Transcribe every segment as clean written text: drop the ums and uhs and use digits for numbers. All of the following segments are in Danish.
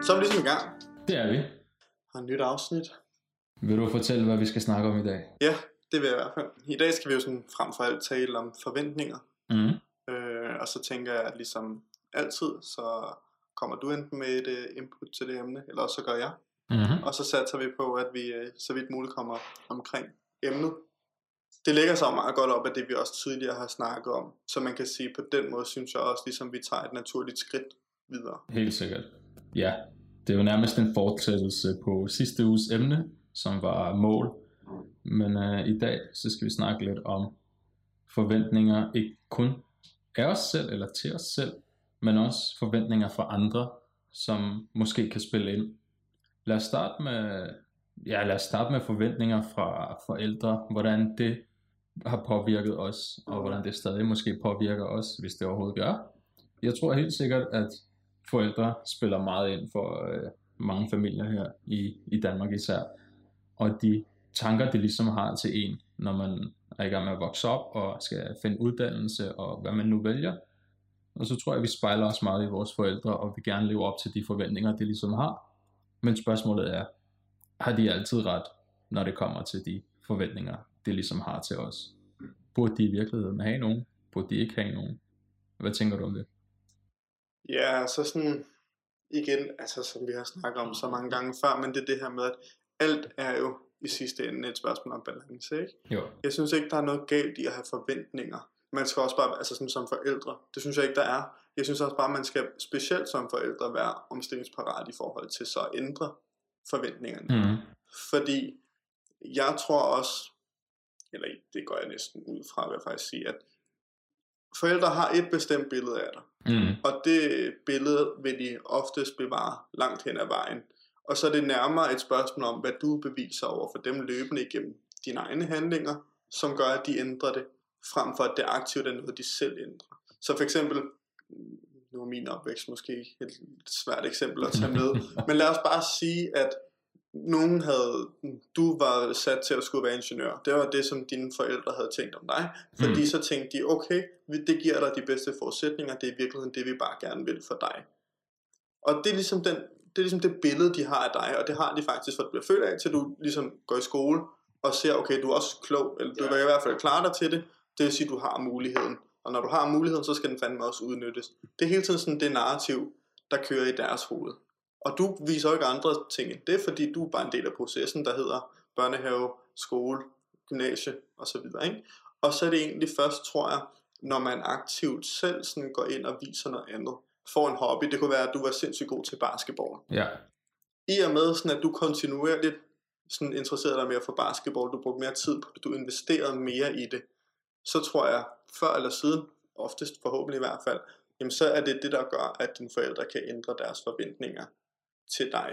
Så er vi ligesom i gang. Det er vi. Har et nyt afsnit. Vil du fortælle, hvad vi skal snakke om i dag? Ja, det vil jeg i hvert fald. I dag skal vi jo sådan frem for alt tale om forventninger. Og så tænker jeg, at ligesom altid, så kommer du enten med et input til det emne, eller også så gør jeg. Og så satser vi på, at vi så vidt muligt kommer omkring emnet. Det lægger sig meget godt op af det, vi også tidligere har snakket om. Så man kan sige, på den måde synes jeg også, ligesom vi tager et naturligt skridt videre. Helt sikkert. Ja, det er jo nærmest en fortsættelse på sidste uges emne, som var mål. Men i dag, så skal vi snakke lidt om forventninger, ikke kun af os selv eller til os selv, men også forventninger fra andre, som måske kan spille ind. Lad os starte med forventninger fra forældre, hvordan det har påvirket os, og hvordan det stadig måske påvirker os, hvis det overhovedet gør. Jeg tror helt sikkert, at forældre spiller meget ind for mange familier her i Danmark især. Og de tanker, de ligesom har til en, når man er i gang med at vokse op og skal finde uddannelse og hvad man nu vælger. Og så tror jeg, vi spejler os meget i vores forældre, og vi gerne lever op til de forventninger, de ligesom har. Men spørgsmålet er, har de altid ret, når det kommer til de forventninger, de ligesom har til os? Burde de i virkeligheden have nogen? Burde de ikke have nogen? Hvad tænker du om det? Ja, så sådan igen, altså som vi har snakket om så mange gange før, men det er det her med, at alt er jo i sidste ende et spørgsmål om balance, ikke? Jo. Jeg synes ikke, der er noget galt i at have forventninger. Man skal også bare, altså sådan som forældre, det synes jeg ikke, der er. Jeg synes også bare, man skal specielt som forældre være omstillingsparat i forhold til så at ændre forventningerne. Fordi jeg tror også, eller det går jeg næsten ud fra, vil jeg faktisk sige, at forældre har et bestemt billede af dig. Og det billede vil de oftest bevare langt hen ad vejen. Og så er det nærmere et spørgsmål om, hvad du beviser over for dem løbende igennem dine egne handlinger, som gør, at de ændrer det, frem for at det aktivt er noget, de selv ændrer. Så for eksempel, nu er min opvækst måske et svært eksempel at tage med, men lad os bare sige, at du var sat til at skulle være ingeniør. Det var det, som dine forældre havde tænkt om dig. Fordi så tænkte de, okay, det giver dig de bedste forudsætninger, det er i virkeligheden det, vi bare gerne vil for dig. Og det er ligesom det billede, de har af dig, og det har de faktisk, for at du bliver født af, til du ligesom går i skole og ser, okay, du er også klog, eller du kan i hvert fald klare dig til det, det vil sige, du har muligheden. Og når du har muligheden, så skal den fandme også udnyttes. Det er hele tiden sådan det narrativ, der kører i deres hoved. Og du viser jo ikke andre ting end det, fordi du er bare en del af processen, der hedder børnehave, skole, gymnasie osv. Og så er det egentlig først, tror jeg, når man aktivt selv sådan går ind og viser noget andet, får en hobby. Det kunne være, at du var sindssygt god til basketball. Ja. I og med sådan, at du kontinuerligt sådan interesserede dig mere for basketball, du brugte mere tid på det, du investerede mere i det, så tror jeg, før eller siden, oftest forhåbentlig i hvert fald, jamen så er det det, der gør, at dine forældre kan ændre deres forventninger til dig.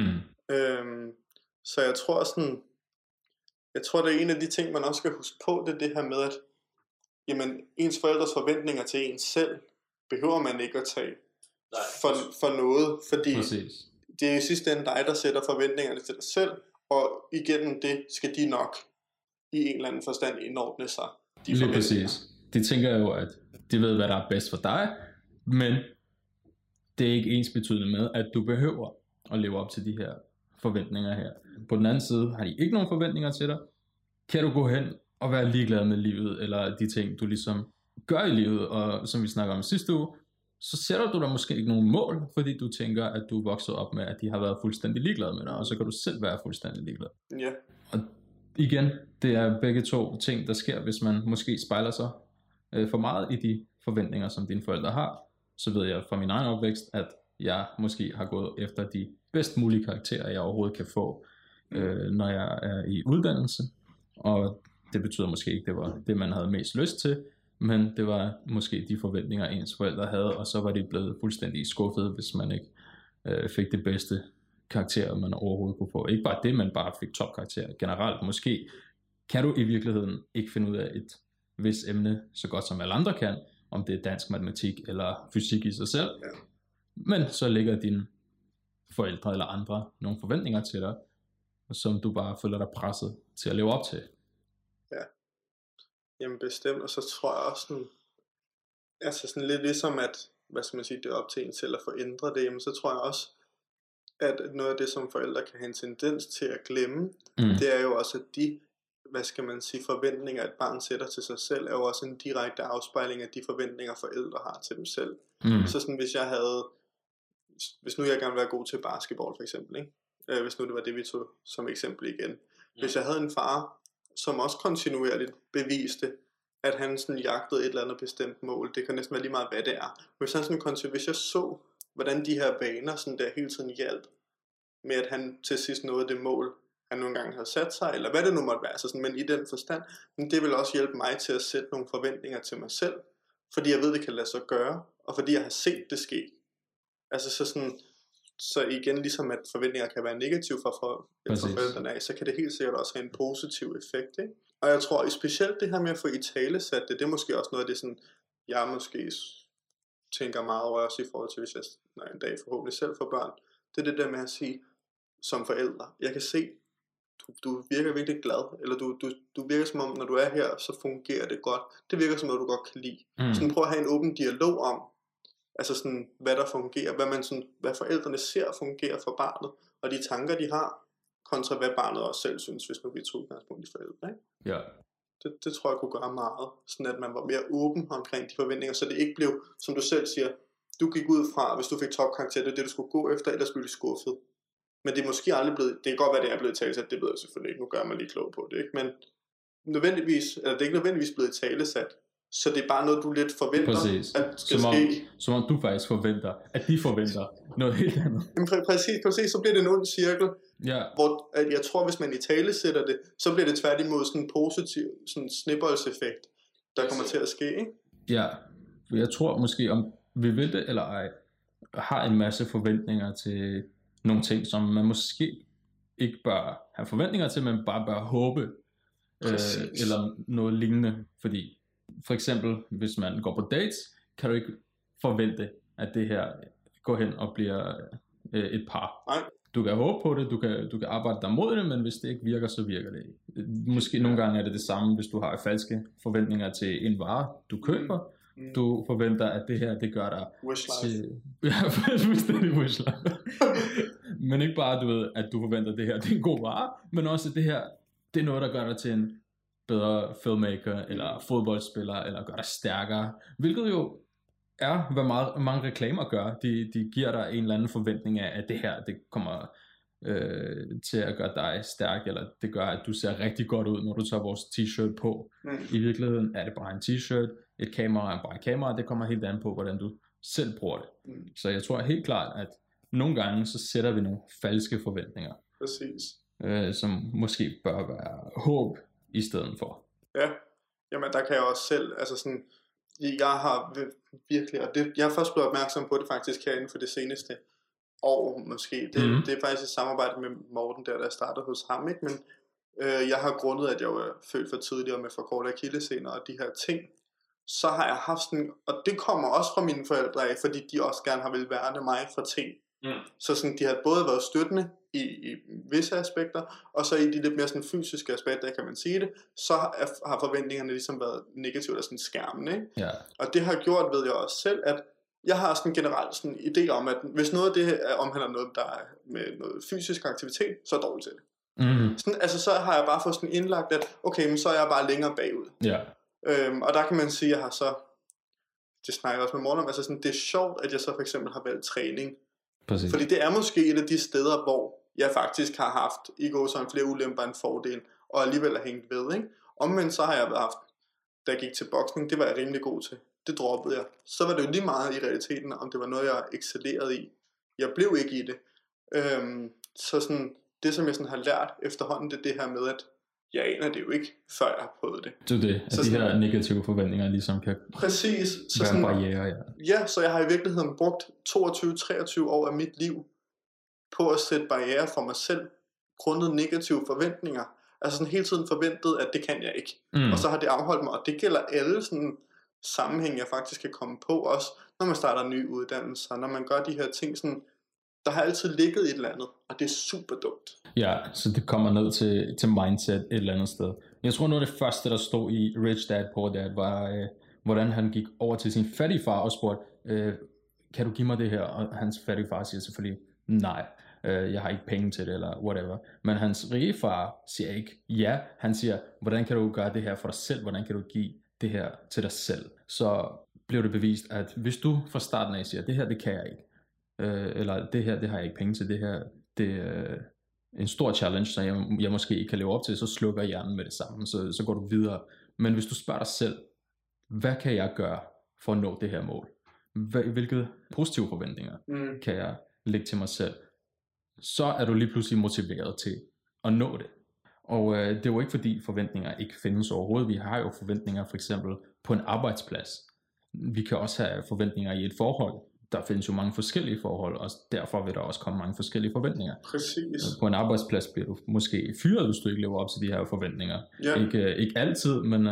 Så jeg tror det er en af de ting, man også skal huske på, det er det her med, at jamen, ens forældres forventninger til en selv, behøver man ikke at tage for noget, fordi det er i sidste ende dig, der sætter forventningerne til dig selv, og igennem det skal de nok i en eller anden forstand indordne sig. Lige præcis. De tænker jo, at de ved, hvad der er bedst for dig, men det er ikke ensbetydende med, at du behøver at leve op til de her forventninger her. På den anden side har de ikke nogen forventninger til dig. Kan du gå hen og være ligeglad med livet, eller de ting, du ligesom gør i livet, og som vi snakker om sidste uge, så sætter du dig måske ikke nogen mål, fordi du tænker, at du er vokset op med, at de har været fuldstændig ligeglade med dig, og så kan du selv være fuldstændig ligeglad. Ja. Og igen, det er begge to ting, der sker, hvis man måske spejler sig for meget i de forventninger, som dine forældre har. Så ved jeg fra min egen opvækst, at jeg måske har gået efter de bedst mulige karakterer, jeg overhovedet kan få, når jeg er i uddannelse. Og det betyder måske ikke, det var det, man havde mest lyst til, men det var måske de forventninger, ens forældre havde, og så var de blevet fuldstændig skuffet, hvis man ikke fik det bedste karakter, man overhovedet kunne få. Ikke bare det, men bare fik topkarakter generelt. Måske kan du i virkeligheden ikke finde ud af et vist emne, så godt som alle andre kan, om det er dansk, matematik eller fysik i sig selv. Ja. Men så ligger dine forældre eller andre nogle forventninger til dig, som du bare føler dig presset til at leve op til. Ja. Jamen bestemt, og så tror jeg også sådan, altså sådan lidt ligesom at, hvad skal man sige, det er op til en selv at få ændret det, jamen så tror jeg også, at noget af det, som forældre kan have en tendens til at glemme, det er jo også, at de, hvad skal man sige, forventninger, et barn sætter til sig selv, er jo også en direkte afspejling af de forventninger, forældre har til dem selv. Så sådan, hvis nu jeg gerne vil være god til basketball, for eksempel, ikke? Hvis nu det var det, vi tog som eksempel igen. Hvis jeg havde en far, som også kontinuerligt beviste, at han sådan jagtede et eller andet bestemt mål, det kan næsten være lige meget, hvad det er. Hvis jeg så, hvordan de her vaner sådan der hele tiden hjalp, med at han til sidst nåede det mål, han nogle gange havde sat sig, eller hvad det nu måtte være, så sådan, men i den forstand, men det vil også hjælpe mig til at sætte nogle forventninger til mig selv, fordi jeg ved, det kan lade sig gøre, og fordi jeg har set det ske. Altså så igen, ligesom at forventninger kan være negative for forældrene af, så kan det helt sikkert også have en positiv effekt, ikke? Og jeg tror, specielt det her med at få italesat det er måske også noget af det, sådan, jeg måske tænker meget over også i forhold til, hvis jeg en dag forhåbentlig selv får børn. Det er det der med at sige, som forældre, jeg kan se, du virker virkelig glad, eller du virker som om, når du er her, så fungerer det godt. Det virker som noget, du godt kan lide. Sådan prøv at have en åben dialog om, altså sådan, hvad der fungerer, hvad forældrene ser fungerer for barnet, og de tanker, de har, kontra hvad barnet også selv synes, hvis nu vi tog udgangspunkt i forældre, ikke? Ja. Det tror jeg kunne gøre meget, sådan at man var mere åben omkring de forventninger, så det ikke blev, som du selv siger, du gik ud fra, hvis du fik topkarakter, det er det, du skulle gå efter, ellers blev du skuffet. Men det er måske aldrig blevet, det kan godt være, det er blevet talesat, det ved jeg selvfølgelig ikke, nu gør man lige klog på det, ikke? Men det er ikke nødvendigvis blevet talesat, så det er bare noget, du lidt forventer, at skal ske. Som om du faktisk forventer, at de forventer noget helt andet. Men præcis, så bliver det en ond cirkel, hvor at jeg tror, hvis man i tale sætter det, så bliver det tværtimod sådan en positiv sådan snibboldseffekt, der kommer til at ske, ikke? Ja, jeg tror måske, om vi vil det eller ej, har en masse forventninger til nogle ting, som man måske ikke bør have forventninger til, men bare bør håbe, eller noget lignende, fordi for eksempel, hvis man går på dates, kan du ikke forvente, at det her går hen og bliver et par. Nej. Du kan håbe på det, du kan arbejde dig mod det, men hvis det ikke virker, så virker det ikke. Måske nogle gange er det det samme, hvis du har falske forventninger til en vare, du køber. Du forventer, at det her, det gør dig Wishlife. Ja, fuldstændig wishlife. Men ikke bare, du ved, at du forventer, at det her, det er en god vare, men også, at det her, det er noget, der gør dig til en bedre filmmaker, eller fodboldspiller, eller gør dig stærkere. Hvilket jo er, hvad mange reklamer gør. De giver dig en eller anden forventning af, at det her, det kommer til at gøre dig stærk, eller det gør, at du ser rigtig godt ud, når du tager vores t-shirt på. I virkeligheden er det bare en t-shirt, et kamera er bare et kamera, det kommer helt an på, hvordan du selv bruger det. Så jeg tror helt klart, at nogle gange, så sætter vi nogle falske forventninger. Præcis. Som måske bør være håb i stedet for. Ja, jamen der kan jeg også selv, altså sådan, jeg har virkelig, og det, jeg har først blevet opmærksom på det faktisk herinde for det seneste år måske, det er faktisk et samarbejde med Morten der startede hos ham, ikke? Men jeg har grundet, at jeg var født for tidligere med forkortet akillessener og de her ting, så har jeg haft sådan, og det kommer også fra mine forældre af, fordi de også gerne har vil værne mig for ting. Så sådan, de har både været støttende i visse aspekter, og så i de lidt mere sådan fysiske aspekter, kan man sige det, så har forventningerne ligesom været negativt og sådan skærmende, ikke? Ja. Og det har gjort, ved jeg også selv, at jeg har sådan generelt sådan en idé om, at hvis noget af det omhandler noget, der er med noget fysisk aktivitet, så er jeg dårlig til det. Sådan, altså så har jeg bare fået sådan indlagt, at okay, men så er jeg bare længere bagud. Ja. Og der kan man sige, at jeg har så, det snakker jeg også med Morten om, altså sådan, det er sjovt, at jeg så for eksempel har valgt træning. Præcis. Fordi det er måske et af de steder, hvor jeg faktisk har haft i går sådan flere ulemper end fordel, og alligevel har hængt ved, ikke? Omvendt så har jeg haft, da jeg gik til boksning, det var jeg rimelig god til. Det droppede jeg. Så var det jo lige meget i realiteten, om det var noget, jeg excellerede i. Jeg blev ikke i det. Så sådan, det som jeg sådan har lært efterhånden, det er det her med, at jeg aner det jo ikke, før jeg har prøvet det. Det er det, at så de her negative forventninger ligesom kan præcis, så være en barriere. Ja. Ja, så jeg har i virkeligheden brugt 22-23 år af mit liv på at sætte barriere for mig selv, grundet negative forventninger. Altså sådan hele tiden forventet, at det kan jeg ikke. Og så har det afholdt mig, og det gælder alle sådan sammenhæng, jeg faktisk kan komme på, også når man starter nye uddannelser, når man gør de her ting sådan, der har altid ligget et eller andet, og det er super dumt. Ja, så det kommer ned til mindset et eller andet sted. Jeg tror noget af det første, der stod i Rich Dad Poor Dad, var hvordan han gik over til sin fattige far og spurgte, kan du give mig det her? Og hans fattige far siger selvfølgelig nej. jeg har ikke penge til det, eller whatever. Men hans rige far siger ikke ja, han siger, hvordan kan du gøre det her for dig selv, hvordan kan du give det her til dig selv. Så blev det bevist, at hvis du fra starten af siger, det her, det kan jeg ikke, eller det her, det har jeg ikke penge til, det her, det er en stor challenge, så jeg måske ikke kan leve op til, så slukker hjernen med det samme, så går du videre. Men hvis du spørger dig selv, hvad kan jeg gøre for at nå det her mål? Hvilke positive forventninger kan jeg lægge til mig selv? Så er du lige pludselig motiveret til at nå det. Og det er jo ikke fordi forventninger ikke findes overhovedet. Vi har jo forventninger for eksempel på en arbejdsplads. Vi kan også have forventninger i et forhold. Der findes jo mange forskellige forhold, og derfor vil der også komme mange forskellige forventninger. Præcis. På en arbejdsplads bliver du måske fyret, hvis du ikke lever op til de her forventninger. Ja. Ikke altid, men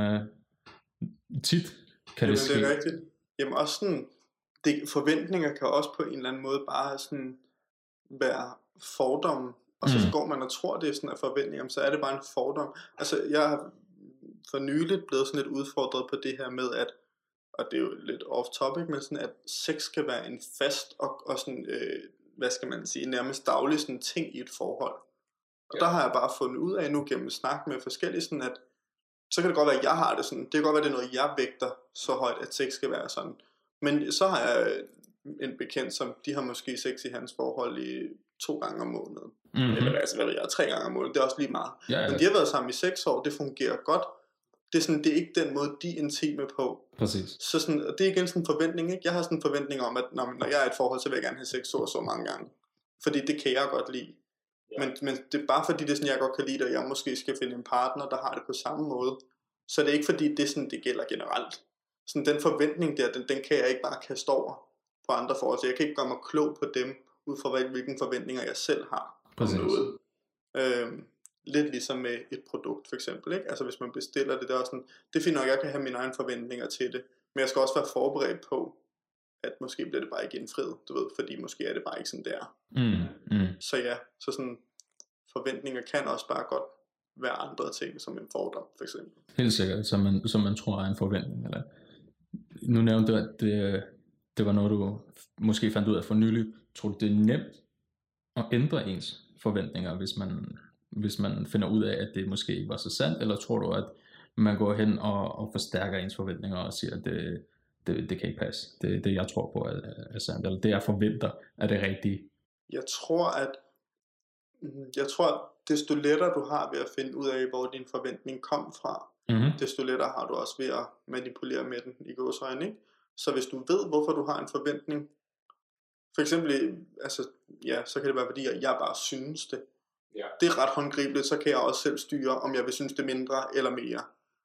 tit kan det ske. Det er rigtigt. Jamen også sådan, forventninger kan også på en eller anden måde bare sådan være fordomme. Og så går man og tror, det er sådan en forventning, så er det bare en fordom. Altså jeg har for nyligt blevet sådan lidt udfordret på det her med, at, og det er jo lidt off topic, men sådan at sex skal være en fast og sådan, hvad skal man sige, nærmest daglig sådan ting i et forhold. Og der har jeg bare fundet ud af nu gennem snak med forskellige sådan, at så kan det godt være, at jeg har det sådan, det kan godt være, det er noget, jeg vægter så højt, at sex skal være sådan. Men så har jeg en bekendt, som de har måske sex i hans forhold i 2 gange om måneden. Eller altså, hvad ved jeg, 3 gange om måneden, det er også lige meget. Ja. Men de har været sammen i 6 år, det fungerer godt. Det er, sådan, det er ikke den måde, de er intime på. Præcis. Så sådan, og det er igen sådan en forventning, ikke? Jeg har sådan en forventning om, at når jeg er i et forhold, så vil jeg gerne have sex så mange gange. Fordi det kan jeg godt lide. Ja. Men det er bare fordi, det er sådan, jeg godt kan lide det, og jeg måske skal finde en partner, der har det på samme måde. Så det er ikke fordi, det er sådan, det gælder generelt. Sådan den forventning der, den kan jeg ikke bare kaste over på andre forhold. Så jeg kan ikke gøre mig klog på dem, ud fra hvilke forventninger jeg selv har. Præcis. Noget. Lidt ligesom med et produkt for eksempel, ikke? Altså hvis man bestiller det, der er sådan, det finder jeg kan have mine egne forventninger til det, men jeg skal også være forberedt på, at måske bliver det bare ikke indfriet, du ved, fordi måske er det bare ikke sådan der. Så ja, så sådan forventninger kan også bare godt være andre ting, som en fordom for eksempel. Helt sikkert, som man tror er en forventning. Eller nu nævnte du, at det var noget, du måske fandt ud af for nylig. Tror du, det er nemt at ændre ens forventninger, hvis man finder ud af, at det måske ikke var så sandt, eller tror du, at man går hen og forstærker ens forventninger og siger, at det kan ikke passe. Det jeg tror på er sandt, eller det jeg forventer er det rigtige. Jeg tror, at desto lettere du har ved at finde ud af, hvor din forventning kom fra, desto lettere har du også ved at manipulere med den i gåseøjne, ikke? Så hvis du ved, hvorfor du har en forventning, for eksempel, altså, ja, så kan det være, fordi jeg bare synes det. Ja. Det er ret håndgribeligt, så kan jeg også selv styre, om jeg vil synes det mindre eller mere.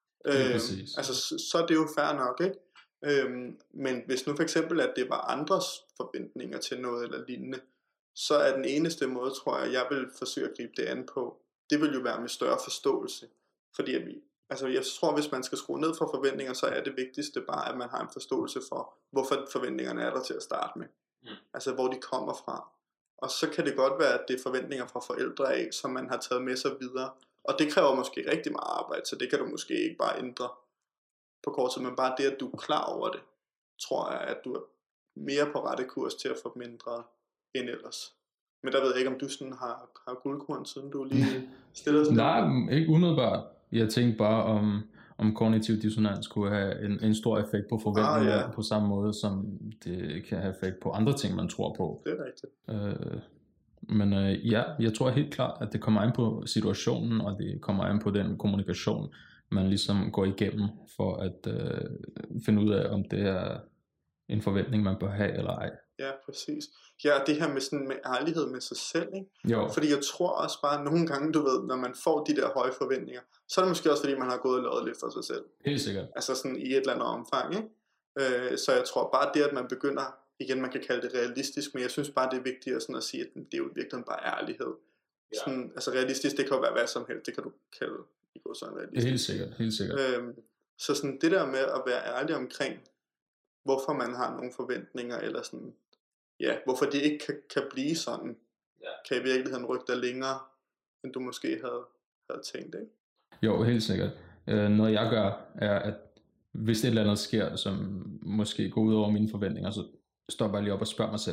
Altså, så er det jo fair nok, ikke? Men hvis nu for eksempel, at det var andres forventninger til noget eller lignende, så er den eneste måde, tror jeg vil forsøge at gribe det an på, det vil jo være med større forståelse. Fordi jeg tror, hvis man skal skrue ned for forventninger, så er det vigtigste bare, at man har en forståelse for, hvorfor forventningerne er der til at starte med. Altså, hvor de kommer fra. Og så kan det godt være, at det er forventninger fra forældre af, som man har taget med sig videre. Og det kræver måske rigtig meget arbejde, så det kan du måske ikke bare ændre på kort tid, men bare det, at du er klar over det, tror jeg, at du er mere på rette kurs til at få mindre end ellers. Men der ved jeg ikke, om du sådan har guldkorn, siden du lige stillede sådan. Nej, ikke umiddelbart. Jeg tænkte bare om kognitiv dissonans kunne have en stor effekt på forventninger på samme måde, som det kan have effekt på andre ting, man tror på. Det er rigtigt. Men jeg tror helt klart, at det kommer an på situationen, og det kommer an på den kommunikation, man ligesom går igennem, for at finde ud af, om det er en forventning, man bør have eller ej. Ja, præcis. Ja, det her med ærlighed med sig selv, ikke? Jo. Fordi jeg tror også bare, nogle gange, du ved, når man får de der høje forventninger, så er det måske også, fordi man har gået og lavet lidt for sig selv. Helt sikkert. Altså sådan i et eller andet omfang, ikke? Så jeg tror bare det, at man begynder, igen, man kan kalde det realistisk, men jeg synes bare, det er vigtigt sådan at sige, at det er jo virkelig bare ærlighed. Ja. Sådan, altså realistisk, det kan jo være hvad som helst, det kan du kalde i går sådan realistisk. Helt sikkert. Så sådan det der med at være ærlig omkring, hvorfor man har nogle forventninger, eller sådan, ja, hvorfor det ikke kan blive sådan, kan i virkeligheden rykke dig længere, end du måske havde tænkt, ikke? Jo, helt sikkert. Noget jeg gør, er, at hvis et eller andet sker, som måske går ud over mine forventninger, så stopper jeg lige op og spørger mig selv,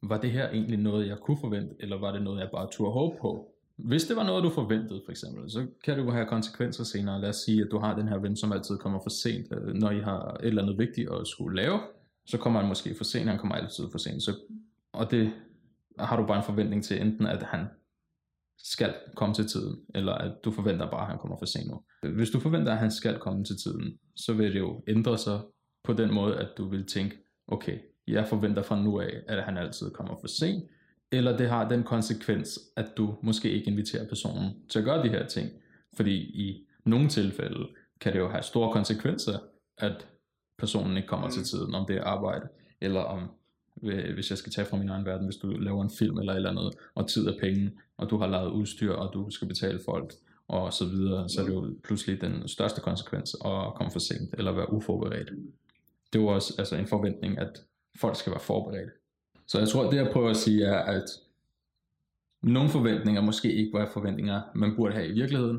var det her egentlig noget, jeg kunne forvente, eller var det noget, jeg bare turde håbe på? Hvis det var noget, du forventede, for eksempel, så kan det jo have konsekvenser senere. Lad os sige, at du har den her ven, som altid kommer for sent, når I har et eller andet vigtigt at skulle lave, så kommer han måske for sent, han kommer altid for sent. Og det har du bare en forventning til, enten at han skal komme til tiden, eller at du forventer bare, at han kommer for sent nu. Hvis du forventer, at han skal komme til tiden, så vil det jo ændre sig på den måde, at du vil tænke, okay, jeg forventer fra nu af, at han altid kommer for sent, eller det har den konsekvens, at du måske ikke inviterer personen til at gøre de her ting. Fordi i nogle tilfælde kan det jo have store konsekvenser, at personen ikke kommer til tiden, om det er arbejde, eller om, hvis jeg skal tage fra min egen verden, hvis du laver en film eller et eller andet, og tid er penge, og du har lavet udstyr, og du skal betale folk, og så videre, så er det jo pludselig den største konsekvens at komme for sent, eller være uforberedt. Det er jo også altså en forventning, at folk skal være forberedt. Så jeg tror, det jeg prøver at sige er, at nogle forventninger måske ikke var forventninger, man burde have i virkeligheden.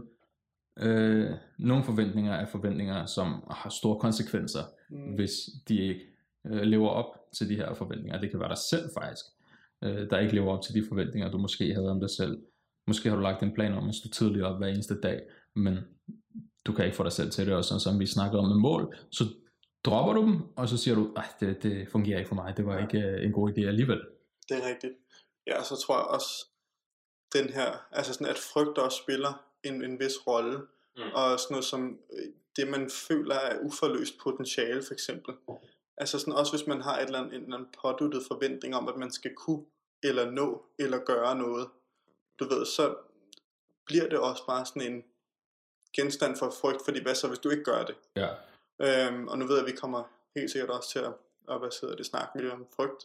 Nogle forventninger er forventninger, som har store konsekvenser, hvis de ikke lever op til de her forventninger. Det kan være dig selv faktisk, der ikke lever op til de forventninger, du måske havde om dig selv. Måske har du lagt en plan om at stå tidligere op hver eneste dag, men du kan ikke få dig selv til det, og sådan som vi snakkede om med mål, så dropper du dem, og så siger du, det fungerer ikke for mig, det var ikke en god idé alligevel. Det er rigtigt. Ja, så tror jeg også, den her, altså sådan at frygt også spiller en vis rolle, og sådan noget som det, man føler er uforløst potentiale, for eksempel. Altså sådan også hvis man har en eller anden påduttet forventning om, at man skal kunne, eller nå, eller gøre noget, du ved, så bliver det også bare sådan en genstand for frygt, fordi hvad så, hvis du ikke gør det? Ja. Og nu ved jeg, at vi kommer helt sikkert også til at snakke lidt om frygt.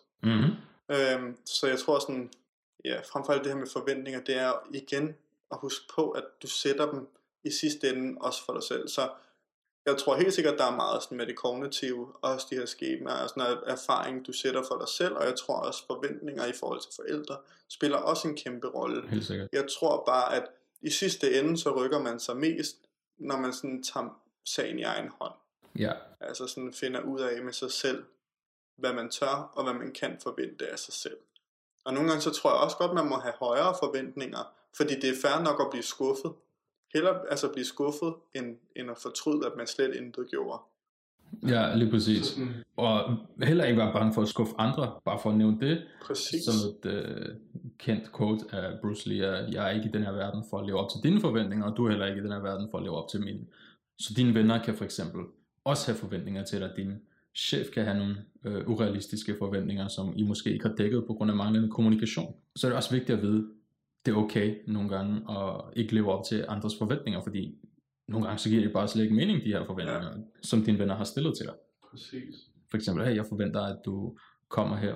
Så jeg tror sådan, ja, frem for alt det her med forventninger, det er igen at huske på, at du sætter dem i sidste ende også for dig selv. Så jeg tror helt sikkert, at der er meget sådan med det kognitive, også de her skemaer og sådan noget erfaring, du sætter for dig selv, og jeg tror også forventninger i forhold til forældre spiller også en kæmpe rolle. Helt sikkert. Jeg tror bare, at i sidste ende, så rykker man sig mest, når man sådan tager sagen i egen hånd. Ja. Altså sådan finder ud af med sig selv, hvad man tør, og hvad man kan forvente af sig selv. Og nogle gange så tror jeg også godt, man må have højere forventninger, fordi det er fair nok at blive skuffet. Hellere altså blive skuffet, end at fortryde, at man slet intet gjorde. Ja, lige præcis. Og heller ikke være bange for at skuffe andre, bare for at nævne det. Præcis. Som et kendt quote af Bruce Lee, at jeg er ikke i den her verden for at leve op til dine forventninger, og du er heller ikke i den her verden for at leve op til mine. Så dine venner kan for eksempel også have forventninger til dig. Din chef kan have nogle urealistiske forventninger, som I måske ikke har dækket på grund af manglende kommunikation. Så er det også vigtigt at vide, det er okay nogle gange at ikke leve op til andres forventninger, fordi nogle gange så giver det bare slet ikke mening, de her forventninger, som dine venner har stillet til dig. Præcis. For eksempel, hey, jeg forventer, at du kommer her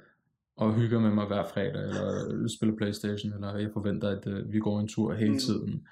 og hygger med mig hver fredag, eller spiller PlayStation, eller jeg forventer, at vi går en tur hele tiden.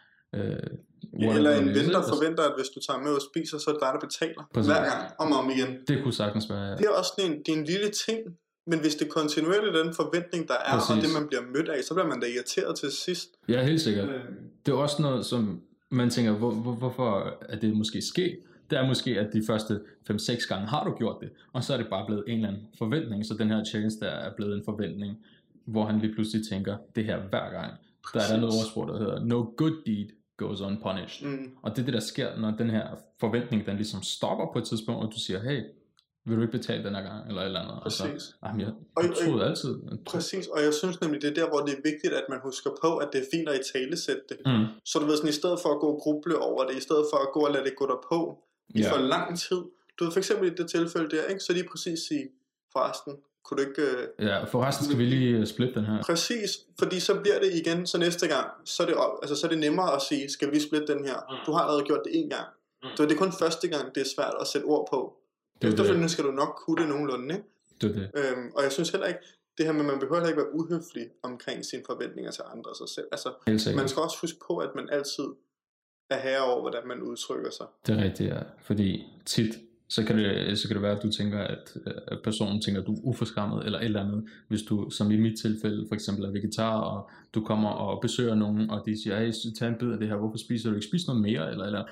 Eller en ven, der forventer, at hvis du tager med og spiser, så er det dig, der betaler. Præcis. Hver gang, om igen. Det kunne sagtens være, ja. Det er også det er en lille ting, men hvis det kontinuerligt er den forventning, der er, og det man bliver mødt af, så bliver man da irriteret til sidst. Ja, helt sikkert. Det er også noget, som man tænker, hvorfor er det måske sket? Det er måske, at de første 5-6 gange har du gjort det, og så er det bare blevet en eller anden forventning, så den her challenge der er blevet en forventning, hvor han lige pludselig tænker, det her hver gang. Præcis. Der er noget ordsprog, der hedder, no good deed goes unpunished. Og det er det, der sker, når den her forventning, den ligesom stopper på et tidspunkt, og du siger, hey, vil du ikke betale den her gang, eller et eller andet. Præcis. Altså, jeg troede altid. Præcis, og jeg synes nemlig, det er der, hvor det er vigtigt, at man husker på, at det er fint at italesætte det. Så du ved sådan, i stedet for at gå og gruble over det, i stedet for at gå og lade det gå der på i for lang tid. Du ved for eksempel i det tilfælde der, ikke? Så lige præcis sige, forresten, kunne du ikke... Ja, forresten skal vi lige splitte den her. Præcis, fordi så bliver det igen, så næste gang, så er det nemmere at sige, skal vi lige splitte den her? Du har allerede gjort det en gang. Så det er kun første gang, det er svært at sætte ord på. Efterfølgende skal du nok kunne det nogenlunde, ikke? Det. Og jeg synes heller ikke, det her med, man behøver heller ikke være uhøflig omkring sine forventninger til andre og sig selv. Altså, man skal også huske på, at man altid er herre over, hvordan man udtrykker sig. Det er rigtigt, ja. Fordi tit, så kan det være, at du tænker, at personen tænker, at du er uforskammet eller et eller andet. Hvis du, som i mit tilfælde, for eksempel er vegetar, og du kommer og besøger nogen, og de siger, hey, tag en bid af det her, hvorfor spiser du ikke? Spis noget mere, eller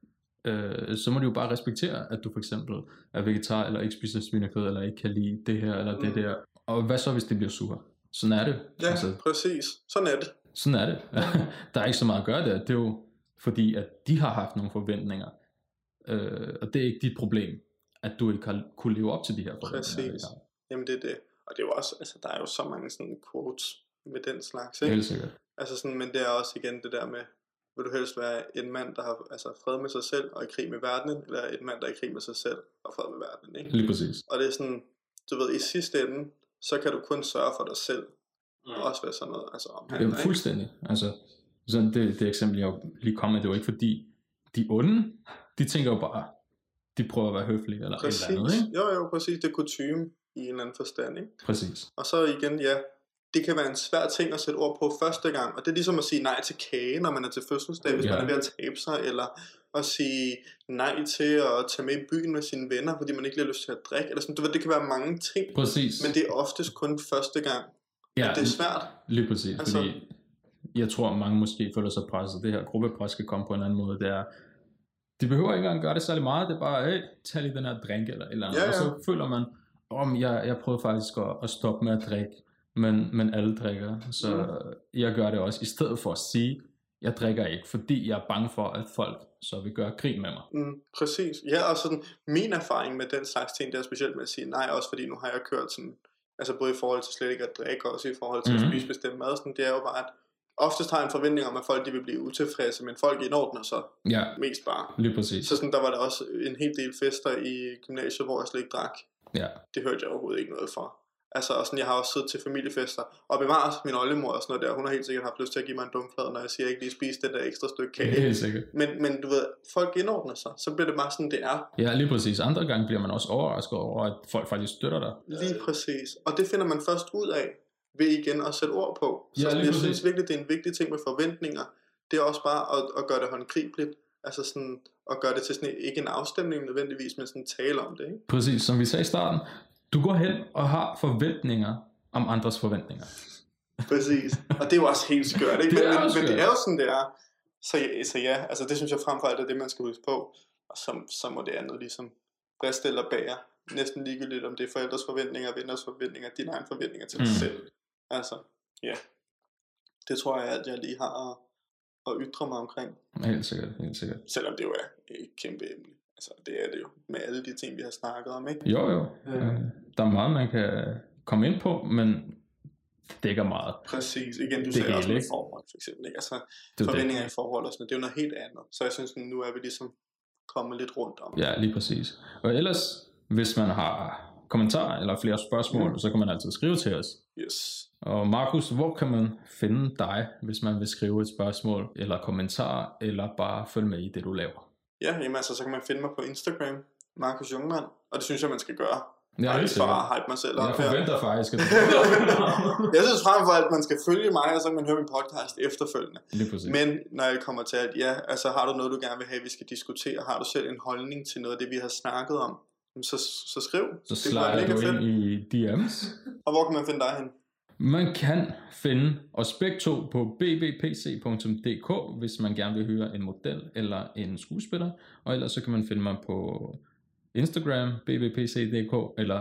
så må du jo bare respektere, at du for eksempel er vegetar, eller ikke spiser svinekød, eller ikke kan lide det her, eller det der. Og hvad så, hvis de bliver sure? Sådan er det. Ja, præcis. Sådan er det. Sådan er det. Der er ikke så meget at gøre der. Det er jo fordi, at de har haft nogle forventninger. Og det er ikke dit problem, at du ikke har kunne leve op til de her forventninger. Præcis. Jamen det er det. Og det er jo også, altså der er jo så mange sådan quotes med den slags, ikke? Helt sikkert. Altså sådan, men det er også igen det der med, vil du helst være en mand, der har fred med sig selv og i krig med verdenen, eller en mand, der er i krig med sig selv og fred med verdenen, ikke? Lige præcis. Og det er sådan, du ved, i sidste ende, så kan du kun sørge for dig selv, og også være sådan noget, altså omhandler, ikke? Fuldstændig. Altså, sådan det eksempel, jeg lige kom med, det var ikke fordi, de onde, de tænker jo bare, de prøver at være høflige, eller præcis. Et eller andet, ikke? Jo, præcis, det er kutyme i en eller anden forstand, ikke? Præcis. Og så igen, ja, det kan være en svær ting at sætte ord på første gang, og det er ligesom at sige nej til kage, når man er til fødselsdag, hvis man er ved at tabe sig, eller at sige nej til at tage med i byen med sine venner, fordi man ikke lige har lyst til at drikke, eller sådan, du ved, det kan være mange ting, præcis. Men det er oftest kun første gang, ja, det er svært. Lige præcis, altså, fordi jeg tror, mange måske føler sig presset, det her gruppepres skal komme på en anden måde, det er, de behøver ikke engang gøre det særlig meget, det er bare, hey, tag lige den her drink, eller andet, og så føler man, jeg prøver faktisk at stoppe med at drikke, men alle drikker, så jeg gør det også, i stedet for at sige, jeg drikker ikke, fordi jeg er bange for, at folk så vil gøre grin med mig. Præcis, ja, og sådan, min erfaring med den slags ting, det er specielt med at sige nej, også fordi nu har jeg kørt sådan, altså både i forhold til slet ikke at drikke, og også i forhold til at spise bestemt mad, sådan, det er jo bare, at oftest har jeg en forventning om, at folk de vil blive utilfredse, men folk indordner sig mest bare. Lige præcis. Så sådan, der var der også en hel del fester i gymnasiet, hvor jeg slet ikke drak. Ja. Det hørte jeg overhovedet ikke noget for. Altså, og sådan, jeg har også siddet til familiefester, og bevares min oldemor og sådan noget der, hun har helt sikkert haft lyst til at give mig en dumflade, når jeg siger, at jeg ikke lige spise det der ekstra stykke kage. Helt sikkert. Men du ved, folk indordner sig, så bliver det bare sådan, det er. Ja, lige præcis. Andre gange bliver man også overrasket over, at folk faktisk støtter dig. Lige præcis. Og det finder man først ud af, ved igen at sætte ord på. Så jeg synes virkelig, det er en vigtig ting med forventninger. Det er også bare at gøre det håndgribeligt. Altså sådan, at gøre det til sådan, ikke en afstemning nødvendigvis, men sådan tale om det, ikke? Præcis, som vi sagde i starten. Du går hen og har forventninger om andres forventninger. Præcis. Og det er jo også helt skørt, ikke? Men det er jo sådan, det er. Så ja, altså det synes jeg frem for alt er det, man skal huske på. Og så må det andet ligesom briste eller bære. Næsten ligegyldigt, om det er forældres forventninger, venners forventninger, dine egne forventninger til dig selv. Altså, ja. Det tror jeg, at jeg lige har at ytre mig omkring. Helt sikkert, helt sikkert. Selvom det jo er et kæmpe emne. Altså, det er det jo med alle de ting, vi har snakket om, ikke? Jo. Der er meget, man kan komme ind på, men det dækker meget. Præcis. Igen, du sagde også med forhold, for eksempel, ikke? Altså, forventninger i forhold og sådan noget, det er jo noget helt andet. Så jeg synes, nu er vi ligesom kommet lidt rundt om. Ja, lige præcis. Og ellers, hvis man har kommentarer eller flere spørgsmål, så kan man altid skrive til os. Yes. Og Markus, hvor kan man finde dig, hvis man vil skrive et spørgsmål eller kommentar, eller bare følge med i det, du laver? Ja, jamen altså, så kan man finde mig på Instagram, Markus Jungmann, og det synes jeg, man skal gøre. Ja, det er bare hype mig selv op. Jeg forventer faktisk, at jeg synes frem for alt, at man skal følge mig, og så kan man høre min podcast efterfølgende. Men når jeg kommer til at, ja, altså har du noget, du gerne vil have, vi skal diskutere, har du selv en holdning til noget af det, vi har snakket om, så skriv. Så slider du ind i DM's. Og hvor kan man finde dig hen? Man kan finde os begge to på bbpc.dk, hvis man gerne vil høre en model eller en skuespiller. Og ellers så kan man finde mig på Instagram, bbpc.dk eller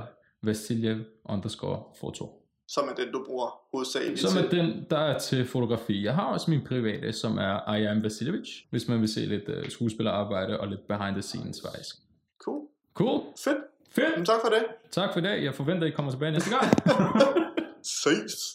Vasiljev_foto. Som er den, du bruger hovedsageligt til? Som er den, der er til fotografi. Jeg har også min private, som er I Am Vasiljevic, hvis man vil se lidt skuespillerarbejde og lidt behind the scenes faktisk. Cool. Fedt. Men tak for det. Tak for det. Jeg forventer, I kommer tilbage næste gang. Ses.